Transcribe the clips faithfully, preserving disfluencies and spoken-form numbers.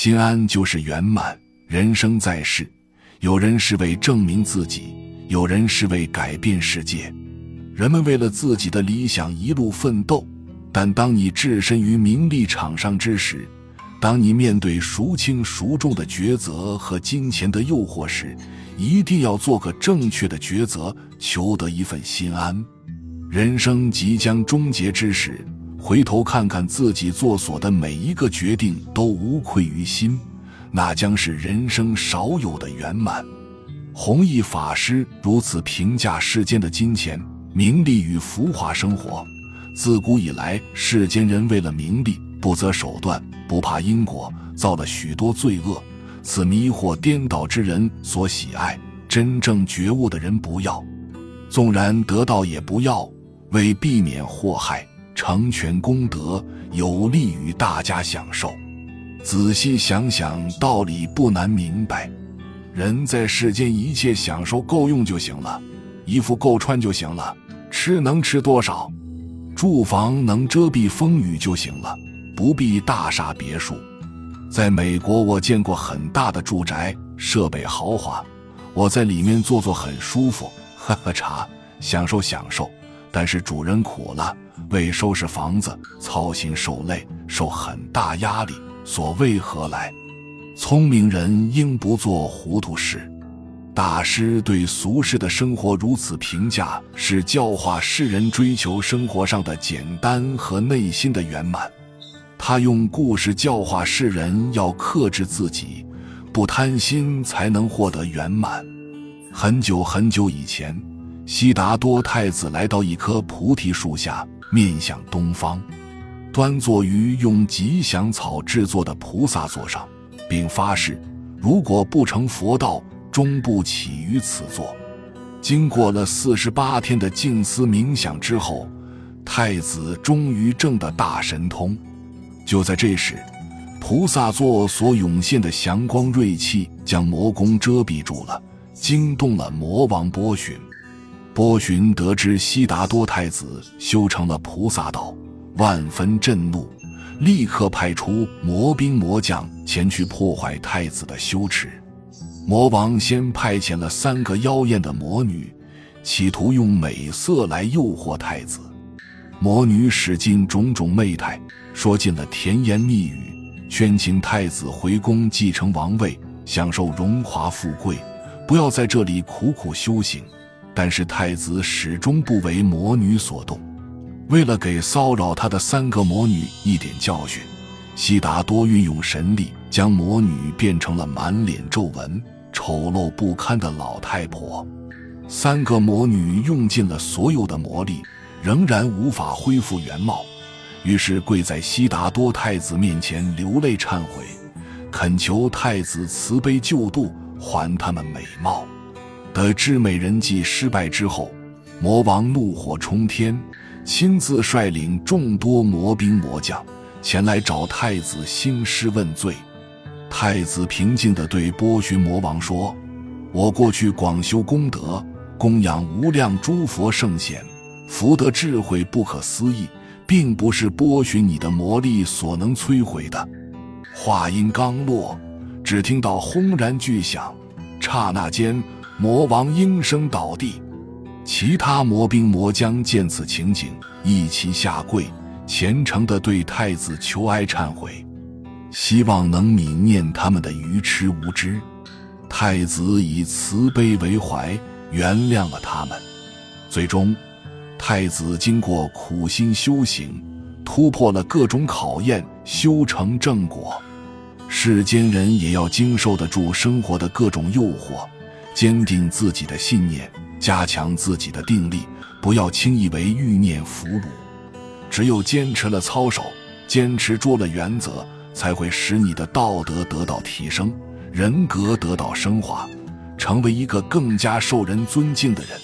心安就是圆满。人生在世，有人是为证明自己，有人是为改变世界。人们为了自己的理想一路奋斗，但当你置身于名利场上之时，当你面对孰轻孰重的抉择和金钱的诱惑时，一定要做个正确的抉择，求得一份心安。人生即将终结之时，回头看看自己做所的每一个决定都无愧于心，那将是人生少有的圆满。弘一法师如此评价世间的金钱、名利与浮华生活。自古以来，世间人为了名利不择手段，不怕因果，造了许多罪恶，此迷惑颠倒之人所喜爱，真正觉悟的人不要，纵然得到也不要，为避免祸害，成全功德，有利于大家享受。仔细想想，道理不难明白。人在世间一切享受够用就行了，衣服够穿就行了，吃能吃多少，住房能遮蔽风雨就行了，不必大厦别墅。在美国，我见过很大的住宅，设备豪华，我在里面坐坐很舒服，喝喝茶，享受享受。但是主人苦了，为收拾房子操心受累，受很大压力，所谓何来？聪明人应不做糊涂事。大师对俗世的生活如此评价，是教化世人追求生活上的简单和内心的圆满。他用故事教化世人要克制自己，不贪心才能获得圆满。很久很久以前，悉达多太子来到一棵菩提树下，面向东方，端坐于用吉祥草制作的菩萨座上，并发誓如果不成佛道，终不起于此座。经过了四十八天的静思冥想之后，太子终于证得大神通。就在这时，菩萨座所涌现的祥光锐气将魔宫遮蔽住了，惊动了魔王波旬。波旬得知悉达多太子修成了菩萨道，万分震怒，立刻派出魔兵魔将前去破坏太子的修持。魔王先派遣了三个妖艳的魔女，企图用美色来诱惑太子。魔女使尽种种媚态，说尽了甜言蜜语，劝请太子回宫继承王位，享受荣华富贵，不要在这里苦苦修行。但是太子始终不为魔女所动。为了给骚扰他的三个魔女一点教训，悉达多运用神力，将魔女变成了满脸皱纹、丑陋不堪的老太婆。三个魔女用尽了所有的魔力，仍然无法恢复原貌，于是跪在悉达多太子面前流泪忏悔，恳求太子慈悲救度，还他们美貌。得知美人计失败之后，魔王怒火冲天，亲自率领众多魔兵魔将前来找太子兴师问罪。太子平静地对波旬魔王说：我过去广修功德，供养无量诸佛圣贤，福德智慧不可思议，并不是波旬你的魔力所能摧毁的。话音刚落，只听到轰然巨响，刹那间魔王应声倒地。其他魔兵魔将见此情景，一齐下跪，虔诚地对太子求哀忏悔，希望能泯念他们的愚痴无知。太子以慈悲为怀，原谅了他们。最终，太子经过苦心修行，突破了各种考验，修成正果。世间人也要经受得住生活的各种诱惑，坚定自己的信念，加强自己的定力，不要轻易为欲念俘虏。只有坚持了操守，坚持住了原则，才会使你的道德得到提升，人格得到升华，成为一个更加受人尊敬的人。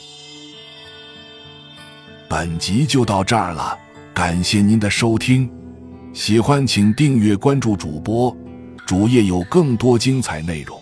本集就到这儿了，感谢您的收听，喜欢请订阅关注主播，主页有更多精彩内容。